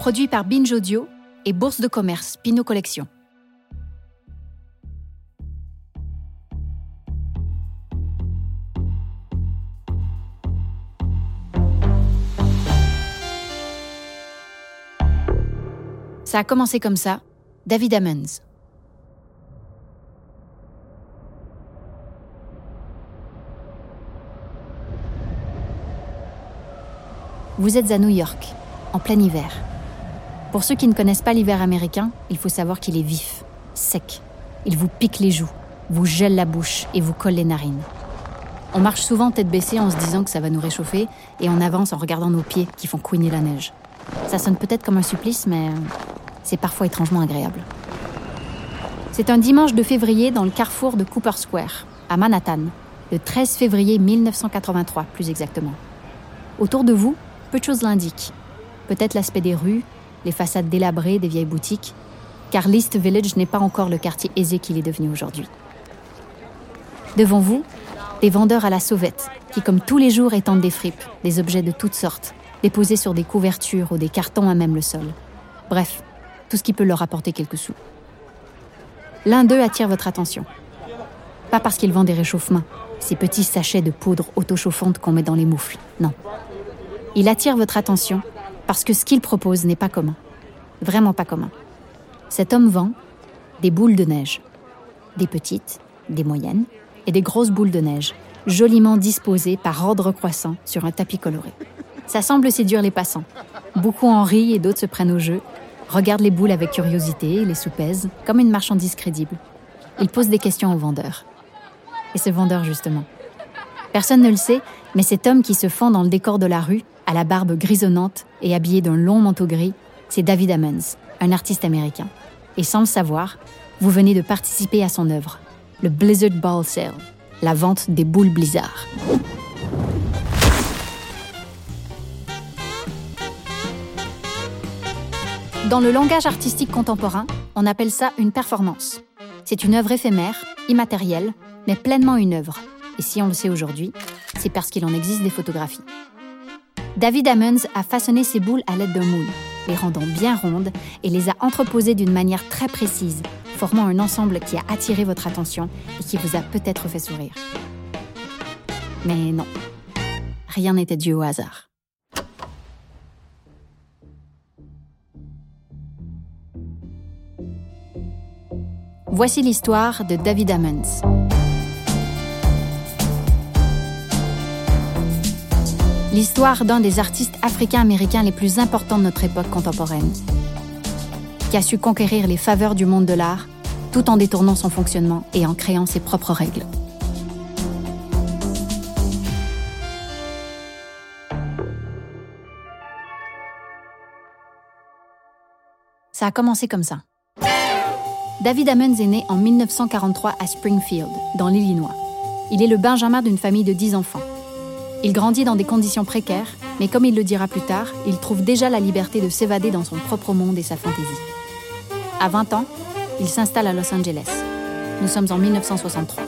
produit par Binge Audio et Bourse de commerce Pinot Collection. Ça a commencé comme ça, David Ammons. Vous êtes à New York, en plein hiver. Pour ceux qui ne connaissent pas l'hiver américain, il faut savoir qu'il est vif, sec. Il vous pique les joues, vous gèle la bouche et vous colle les narines. On marche souvent tête baissée en se disant que ça va nous réchauffer et on avance en regardant nos pieds qui font couiner la neige. Ça sonne peut-être comme un supplice, mais c'est parfois étrangement agréable. C'est un dimanche de février dans le carrefour de Cooper Square, à Manhattan, le 13 février 1983, plus exactement. Autour de vous, peu de choses l'indiquent. Peut-être l'aspect des rues, les façades délabrées des vieilles boutiques, car l'East Village n'est pas encore le quartier aisé qu'il est devenu aujourd'hui. Devant vous, des vendeurs à la sauvette, qui comme tous les jours étendent des fripes, des objets de toutes sortes, déposés sur des couvertures ou des cartons à même le sol. Bref, tout ce qui peut leur apporter quelques sous. L'un d'eux attire votre attention. Pas parce qu'il vend des réchauffements, ces petits sachets de poudre autochauffante qu'on met dans les moufles, non. Il attire votre attention parce que ce qu'il propose n'est pas commun. Vraiment pas commun. Cet homme vend des boules de neige. Des petites, des moyennes et des grosses boules de neige, joliment disposées par ordre croissant sur un tapis coloré. Ça semble séduire les passants. Beaucoup en rient et d'autres se prennent au jeu, regardent les boules avec curiosité et les soupèsent, comme une marchandise crédible. Ils posent des questions au vendeur. Et ce vendeur, justement. Personne ne le sait, mais cet homme qui se fond dans le décor de la rue, à la barbe grisonnante et habillé d'un long manteau gris, c'est David Ammons, un artiste américain. Et sans le savoir, vous venez de participer à son œuvre, le Blizzard Ball Sale, la vente des boules blizzard. Dans le langage artistique contemporain, on appelle ça une performance. C'est une œuvre éphémère, immatérielle, mais pleinement une œuvre. Et si on le sait aujourd'hui, c'est parce qu'il en existe des photographies. David Ammons a façonné ses boules à l'aide d'un moule, les rendant bien rondes et les a entreposées d'une manière très précise, formant un ensemble qui a attiré votre attention et qui vous a peut-être fait sourire. Mais non, rien n'était dû au hasard. Voici l'histoire de David Ammons. L'histoire d'un des artistes africains-américains les plus importants de notre époque contemporaine, qui a su conquérir les faveurs du monde de l'art tout en détournant son fonctionnement et en créant ses propres règles. Ça a commencé comme ça. David Ammons est né en 1943 à Springfield, dans l'Illinois. Il est le benjamin d'une famille de 10 enfants. Il grandit dans des conditions précaires, mais comme il le dira plus tard, il trouve déjà la liberté de s'évader dans son propre monde et sa fantaisie. À 20 ans, il s'installe à Los Angeles. Nous sommes en 1963.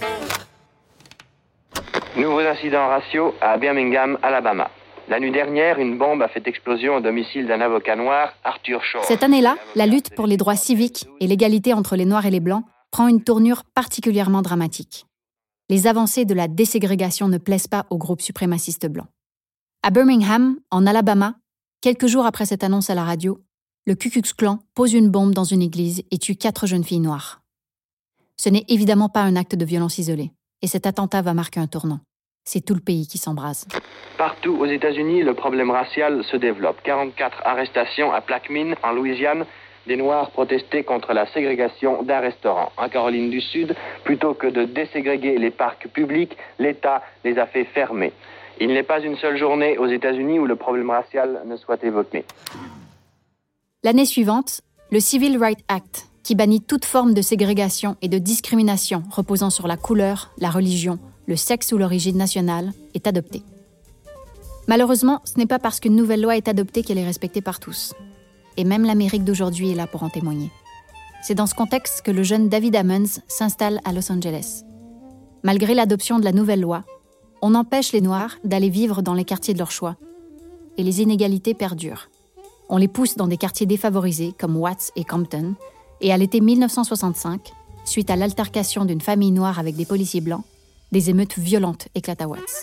Nouveaux incidents raciaux à Birmingham, Alabama. La nuit dernière, une bombe a fait explosion au domicile d'un avocat noir, Arthur Shore. Cette année-là, la lutte pour les droits civiques et l'égalité entre les Noirs et les Blancs prend une tournure particulièrement dramatique. Les avancées de la déségrégation ne plaisent pas aux groupes suprémacistes blancs. À Birmingham, en Alabama, quelques jours après cette annonce à la radio, le Ku Klux Klan pose une bombe dans une église et tue 4 jeunes filles noires. Ce n'est évidemment pas un acte de violence isolé, et cet attentat va marquer un tournant. C'est tout le pays qui s'embrase. Partout aux États-Unis, le problème racial se développe. 44 arrestations à Plaquemine, en Louisiane. Des Noirs protestaient contre la ségrégation d'un restaurant. En Caroline du Sud, plutôt que de déségréguer les parcs publics, l'État les a fait fermer. Il n'est pas une seule journée aux États-Unis où le problème racial ne soit évoqué. L'année suivante, le Civil Rights Act, qui bannit toute forme de ségrégation et de discrimination reposant sur la couleur, la religion, le sexe ou l'origine nationale, est adopté. Malheureusement, ce n'est pas parce qu'une nouvelle loi est adoptée qu'elle est respectée par tous. Et même l'Amérique d'aujourd'hui est là pour en témoigner. C'est dans ce contexte que le jeune David Ammons s'installe à Los Angeles. Malgré l'adoption de la nouvelle loi, on empêche les Noirs d'aller vivre dans les quartiers de leur choix. Et les inégalités perdurent. On les pousse dans des quartiers défavorisés comme Watts et Compton, et à l'été 1965, suite à l'altercation d'une famille noire avec des policiers blancs, des émeutes violentes éclatent à Watts.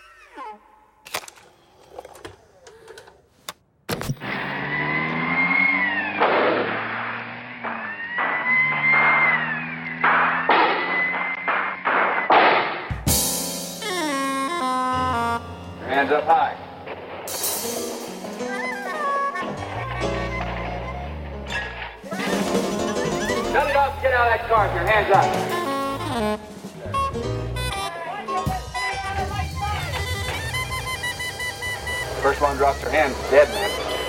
Hands up high. Shut it up, get out of that car with your hands up. First one drops their hands, dead man.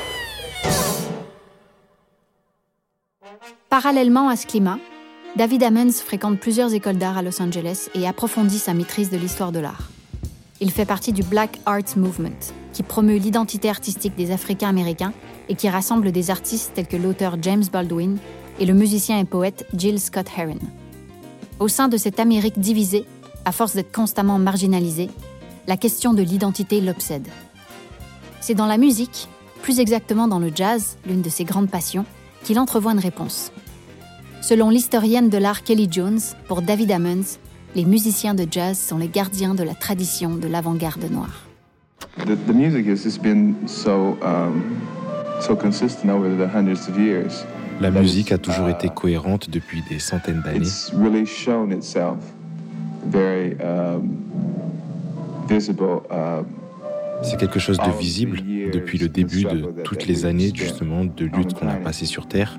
Parallèlement à ce climat, David Ammons fréquente plusieurs écoles d'art à Los Angeles et approfondit sa maîtrise de l'histoire de l'art. Il fait partie du Black Arts Movement, qui promeut l'identité artistique des Africains-Américains et qui rassemble des artistes tels que l'auteur James Baldwin et le musicien et poète Gil Scott-Heron. Au sein de cette Amérique divisée, à force d'être constamment marginalisée, la question de l'identité l'obsède. C'est dans la musique, plus exactement dans le jazz, l'une de ses grandes passions, qu'il entrevoit une réponse. Selon l'historienne de l'art Kelly Jones, pour David Ammons, les musiciens de jazz sont les gardiens de la tradition de l'avant-garde noire. The music has just been so consistent over the hundreds of years. La musique a toujours été cohérente depuis des centaines d'années. It's really shown itself very visible. C'est quelque chose de visible depuis le début de toutes les années justement de lutte qu'on a passées sur Terre.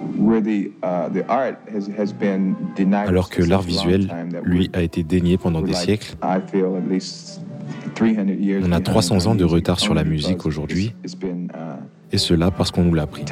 Alors que l'art visuel, lui, a été dénié pendant des siècles. On a 300 ans de retard sur la musique aujourd'hui, et cela parce qu'on nous l'a pris.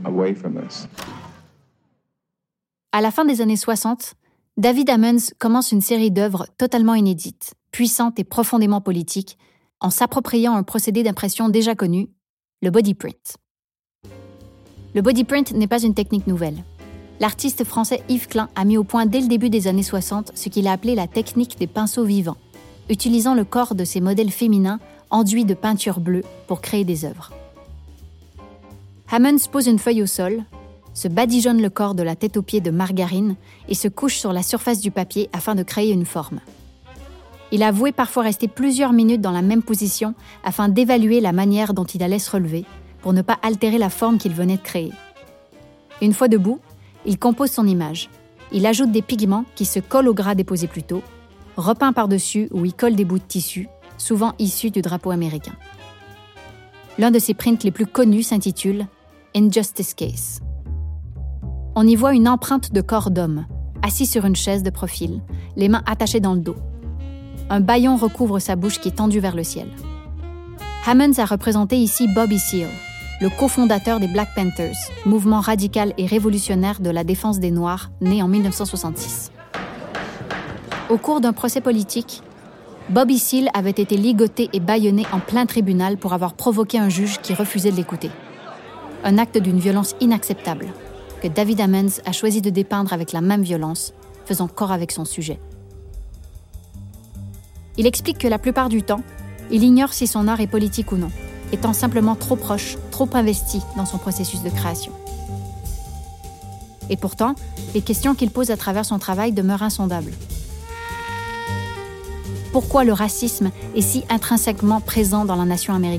À la fin des années 60, David Ammons commence une série d'œuvres totalement inédites, puissantes et profondément politiques, en s'appropriant un procédé d'impression déjà connu, le body print. Le body print n'est pas une technique nouvelle. L'artiste français Yves Klein a mis au point dès le début des années 60 ce qu'il a appelé la technique des pinceaux vivants, utilisant le corps de ses modèles féminins enduits de peinture bleue pour créer des œuvres. Ammons pose une feuille au sol, se badigeonne le corps de la tête aux pieds de margarine et se couche sur la surface du papier afin de créer une forme. Il a avoué parfois rester plusieurs minutes dans la même position afin d'évaluer la manière dont il allait se relever pour ne pas altérer la forme qu'il venait de créer. Une fois debout, il compose son image. Il ajoute des pigments qui se collent au gras déposé plus tôt, repeint par-dessus ou il colle des bouts de tissu, souvent issus du drapeau américain. L'un de ses prints les plus connus s'intitule « Injustice Case ». On y voit une empreinte de corps d'homme, assis sur une chaise de profil, les mains attachées dans le dos. Un bâillon recouvre sa bouche qui est tendue vers le ciel. Ammons a représenté ici Bobby Seale, le cofondateur des Black Panthers, mouvement radical et révolutionnaire de la défense des Noirs, né en 1966. Au cours d'un procès politique, Bobby Seale avait été ligoté et bâillonné en plein tribunal pour avoir provoqué un juge qui refusait de l'écouter. Un acte d'une violence inacceptable, que David Ammons a choisi de dépeindre avec la même violence, faisant corps avec son sujet. Il explique que la plupart du temps, il ignore si son art est politique ou non, étant simplement trop proche, trop investi dans son processus de création. Et pourtant, les questions qu'il pose à travers son travail demeurent insondables. Pourquoi le racisme est si intrinsèquement présent dans la nation américaine ?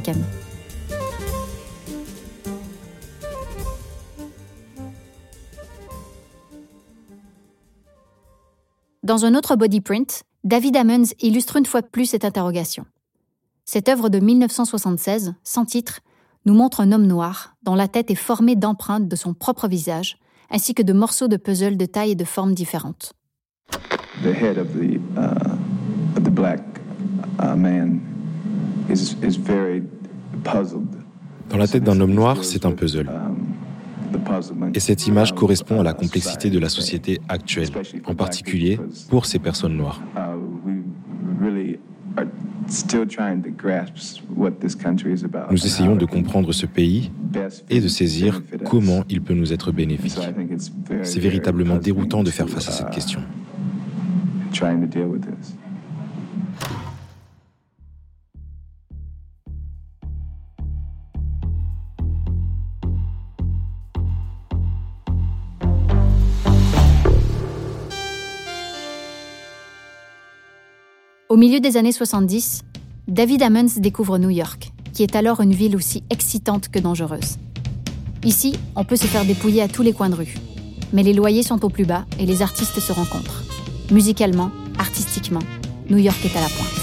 Dans un autre body print, David Ammons illustre une fois de plus cette interrogation. Cette œuvre de 1976, sans titre, nous montre un homme noir dont la tête est formée d'empreintes de son propre visage, ainsi que de morceaux de puzzle de taille et de formes différentes. The head of the black man is very puzzled. Dans la tête d'un homme noir, c'est un puzzle. Et cette image correspond à la complexité de la société actuelle, en particulier pour ces personnes noires. Nous essayons de comprendre ce pays et de saisir comment il peut nous être bénéfique. C'est véritablement déroutant de faire face à cette question. Au milieu des années 70, David Ammons découvre New York, qui est alors une ville aussi excitante que dangereuse. Ici, on peut se faire dépouiller à tous les coins de rue. Mais les loyers sont au plus bas et les artistes se rencontrent. Musicalement, artistiquement, New York est à la pointe.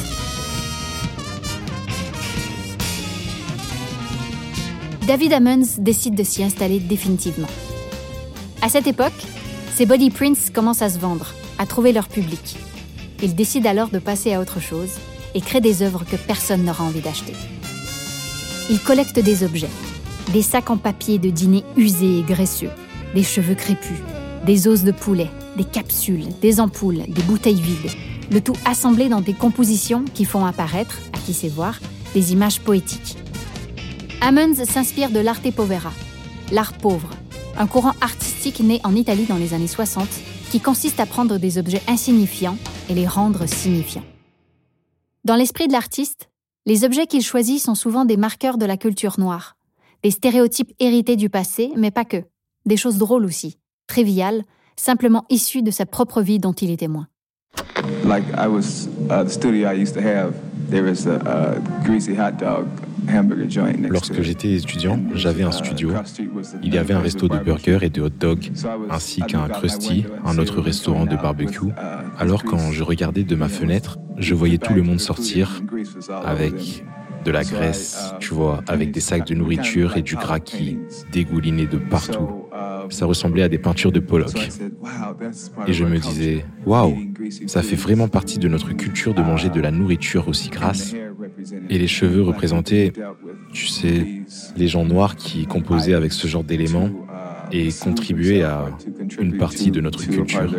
David Ammons décide de s'y installer définitivement. À cette époque, ses body prints commencent à se vendre, à trouver leur public. Il décide alors de passer à autre chose et crée des œuvres que personne n'aura envie d'acheter. Il collecte des objets, des sacs en papier de dîner usés et graisseux, des cheveux crépus, des os de poulet, des capsules, des ampoules, des bouteilles vides, le tout assemblé dans des compositions qui font apparaître, à qui sait voir, des images poétiques. Ammons s'inspire de l'arte povera, l'art pauvre, un courant artistique né en Italie dans les années 60 qui consiste à prendre des objets insignifiants et les rendre signifiants. Dans l'esprit de l'artiste, les objets qu'il choisit sont souvent des marqueurs de la culture noire, des stéréotypes hérités du passé, mais pas que, des choses drôles aussi, triviales, simplement issues de sa propre vie dont il est témoin. Like the studio I used to have, there was a greasy hot dog hamburger joint next to it. Lorsque j'étais étudiant, j'avais un studio. Il y avait un resto de burgers et de hot dogs, ainsi qu'un Krusty, un autre restaurant de barbecue. Alors quand je regardais de ma fenêtre, je voyais tout le monde sortir avec de la graisse, tu vois, avec des sacs de nourriture et du gras qui dégoulinait de partout. Ça ressemblait à des peintures de Pollock. Et je me disais, waouh, ça fait vraiment partie de notre culture de manger de la nourriture aussi grasse. Et les cheveux représentaient, tu sais, les gens noirs qui composaient avec ce genre d'éléments et contribuaient à une partie de notre culture.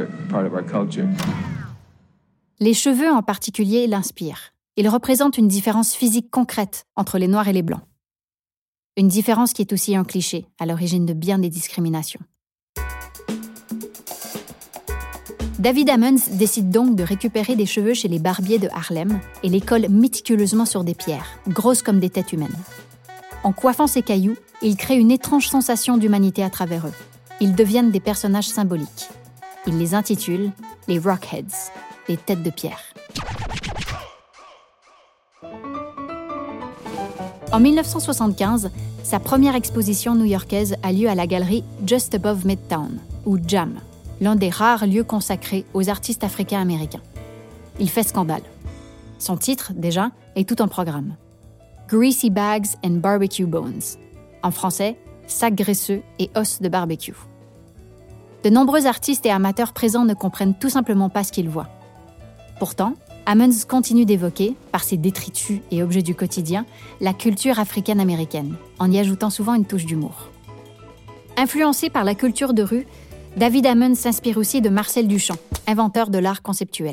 Les cheveux en particulier l'inspirent. Ils représentent une différence physique concrète entre les noirs et les blancs. Une différence qui est aussi un cliché, à l'origine de bien des discriminations. David Ammons décide donc de récupérer des cheveux chez les barbiers de Harlem et les colle méticuleusement sur des pierres, grosses comme des têtes humaines. En coiffant ces cailloux, il crée une étrange sensation d'humanité à travers eux. Ils deviennent des personnages symboliques. Il les intitule les Rockheads, les têtes de pierre. En 1975, sa première exposition new-yorkaise a lieu à la galerie Just Above Midtown, ou JAM, l'un des rares lieux consacrés aux artistes africains-américains. Il fait scandale. Son titre, déjà, est tout un programme. Greasy Bags and Barbecue Bones. En français, sacs graisseux et os de barbecue. De nombreux artistes et amateurs présents ne comprennent tout simplement pas ce qu'ils voient. Pourtant, Ammons continue d'évoquer, par ses détritus et objets du quotidien, la culture africaine-américaine, en y ajoutant souvent une touche d'humour. Influencé par la culture de rue, David Ammons s'inspire aussi de Marcel Duchamp, inventeur de l'art conceptuel.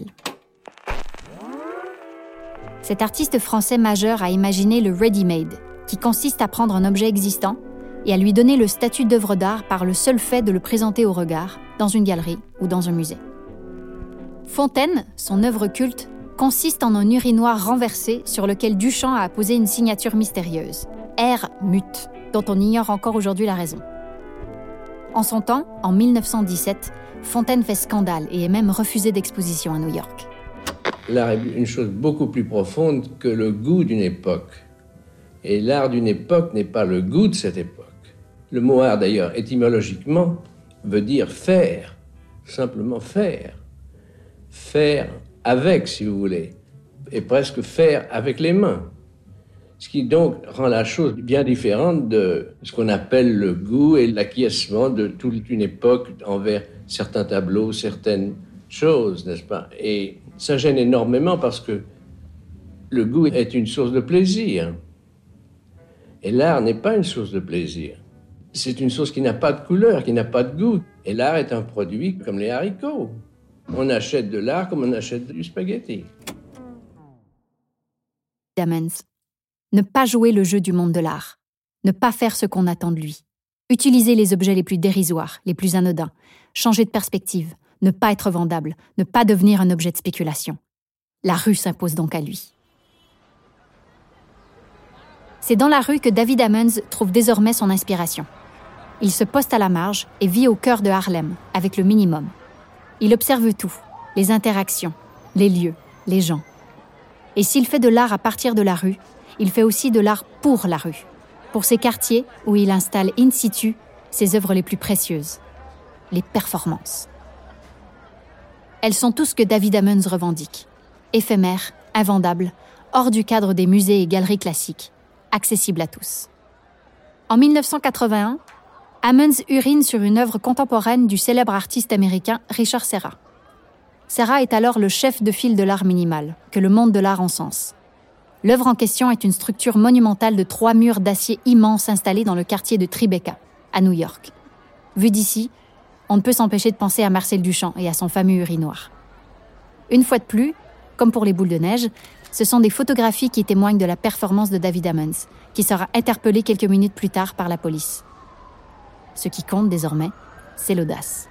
Cet artiste français majeur a imaginé le ready-made, qui consiste à prendre un objet existant et à lui donner le statut d'œuvre d'art par le seul fait de le présenter au regard, dans une galerie ou dans un musée. Fontaine, son œuvre culte, consiste en un urinoir renversé sur lequel Duchamp a apposé une signature mystérieuse, R. Mut, dont on ignore encore aujourd'hui la raison. En son temps, en 1917, Fontaine fait scandale et est même refusé d'exposition à New York. L'art est une chose beaucoup plus profonde que le goût d'une époque. Et l'art d'une époque n'est pas le goût de cette époque. Le mot art, d'ailleurs, étymologiquement, veut dire faire, simplement faire. Faire avec, si vous voulez, et presque faire avec les mains. Ce qui donc rend la chose bien différente de ce qu'on appelle le goût et l'acquiescement de toute une époque envers certains tableaux, certaines choses, n'est-ce pas? Et ça gêne énormément parce que le goût est une source de plaisir. Et l'art n'est pas une source de plaisir. C'est une source qui n'a pas de couleur, qui n'a pas de goût. Et l'art est un produit comme les haricots. On achète de l'art comme on achète du spaghetti. Ammons. Ne pas jouer le jeu du monde de l'art. Ne pas faire ce qu'on attend de lui. Utiliser les objets les plus dérisoires, les plus anodins. Changer de perspective. Ne pas être vendable. Ne pas devenir un objet de spéculation. La rue s'impose donc à lui. C'est dans la rue que David Ammons trouve désormais son inspiration. Il se poste à la marge et vit au cœur de Harlem, avec le minimum. Il observe tout, les interactions, les lieux, les gens. Et s'il fait de l'art à partir de la rue, il fait aussi de l'art pour la rue, pour ces quartiers où il installe in situ ses œuvres les plus précieuses, les performances. Elles sont tout ce que David Ammons revendique. Éphémères, invendables, hors du cadre des musées et galeries classiques, accessibles à tous. En 1981, Ammons urine sur une œuvre contemporaine du célèbre artiste américain Richard Serra. Serra est alors le chef de file de l'art minimal, que le monde de l'art encense. L'œuvre en question est une structure monumentale de 3 murs d'acier immenses installés dans le quartier de Tribeca, à New York. Vu d'ici, on ne peut s'empêcher de penser à Marcel Duchamp et à son fameux urinoir. Une fois de plus, comme pour les boules de neige, ce sont des photographies qui témoignent de la performance de David Ammons, qui sera interpellé quelques minutes plus tard par la police. Ce qui compte désormais, c'est l'audace.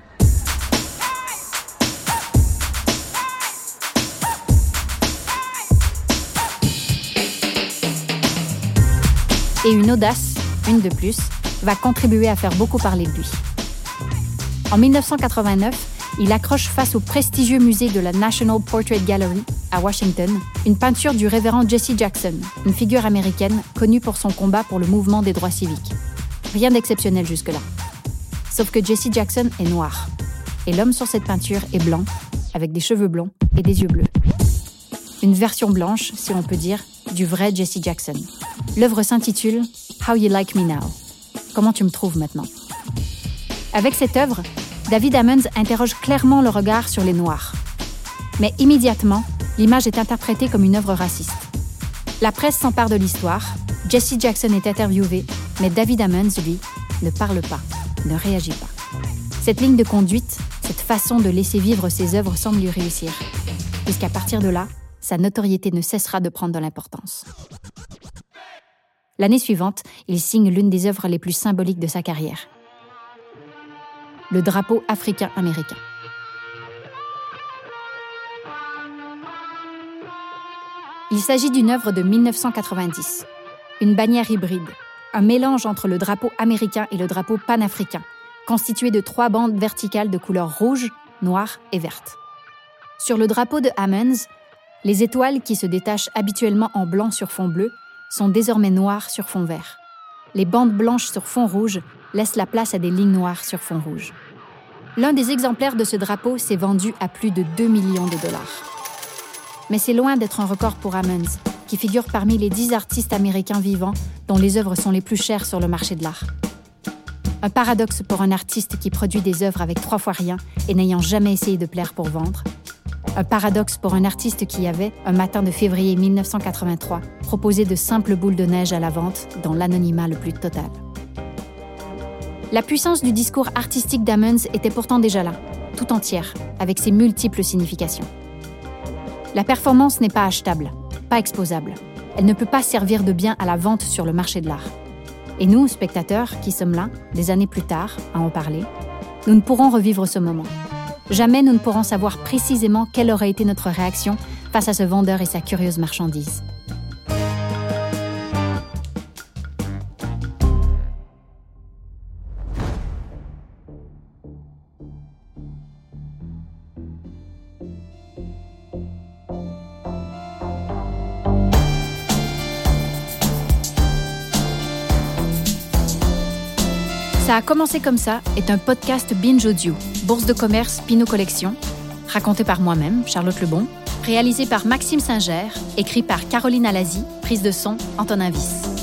Et une audace, une de plus, va contribuer à faire beaucoup parler de lui. En 1989, il accroche face au prestigieux musée de la National Portrait Gallery à Washington une peinture du révérend Jesse Jackson, une figure américaine connue pour son combat pour le mouvement des droits civiques. Rien d'exceptionnel jusque-là. Sauf que Jesse Jackson est noir. Et l'homme sur cette peinture est blanc, avec des cheveux blonds et des yeux bleus. Une version blanche, si on peut dire, du vrai Jesse Jackson. L'œuvre s'intitule « How You Like Me Now ». Comment tu me trouves maintenant ? Avec cette œuvre, David Ammons interroge clairement le regard sur les Noirs. Mais immédiatement, l'image est interprétée comme une œuvre raciste. La presse s'empare de l'histoire, Jesse Jackson est interviewé, mais David Ammons, lui, ne parle pas, ne réagit pas. Cette ligne de conduite, cette façon de laisser vivre ses œuvres semble lui réussir, puisqu'à partir de là, sa notoriété ne cessera de prendre de l'importance. L'année suivante, il signe l'une des œuvres les plus symboliques de sa carrière. Le drapeau africain-américain. Il s'agit d'une œuvre de 1990, une bannière hybride, un mélange entre le drapeau américain et le drapeau panafricain, constitué de 3 bandes verticales de couleur rouge, noire et verte. Sur le drapeau de Ammons, les étoiles qui se détachent habituellement en blanc sur fond bleu sont désormais noires sur fond vert. Les bandes blanches sur fond rouge laissent la place à des lignes noires sur fond rouge. L'un des exemplaires de ce drapeau s'est vendu à plus de 2 millions de dollars. Mais c'est loin d'être un record pour Ammons, qui figure parmi les 10 artistes américains vivants dont les œuvres sont les plus chères sur le marché de l'art. Un paradoxe pour un artiste qui produit des œuvres avec 3 fois rien et n'ayant jamais essayé de plaire pour vendre. Un paradoxe pour un artiste qui avait, un matin de février 1983, proposé de simples boules de neige à la vente dans l'anonymat le plus total. La puissance du discours artistique d'Ammons était pourtant déjà là, tout entière, avec ses multiples significations. La performance n'est pas achetable, pas exposable. Elle ne peut pas servir de bien à la vente sur le marché de l'art. Et nous, spectateurs, qui sommes là, des années plus tard, à en parler, nous ne pourrons revivre ce moment. Jamais nous ne pourrons savoir précisément quelle aurait été notre réaction face à ce vendeur et sa curieuse marchandise. Ça a commencé comme ça est un podcast Binge Audio, Bourse de commerce Pinot Collection, raconté par moi-même, Charlotte Lebon, réalisé par Maxime Singer, écrit par Caroline Alazi, prise de son Antonin Wyss.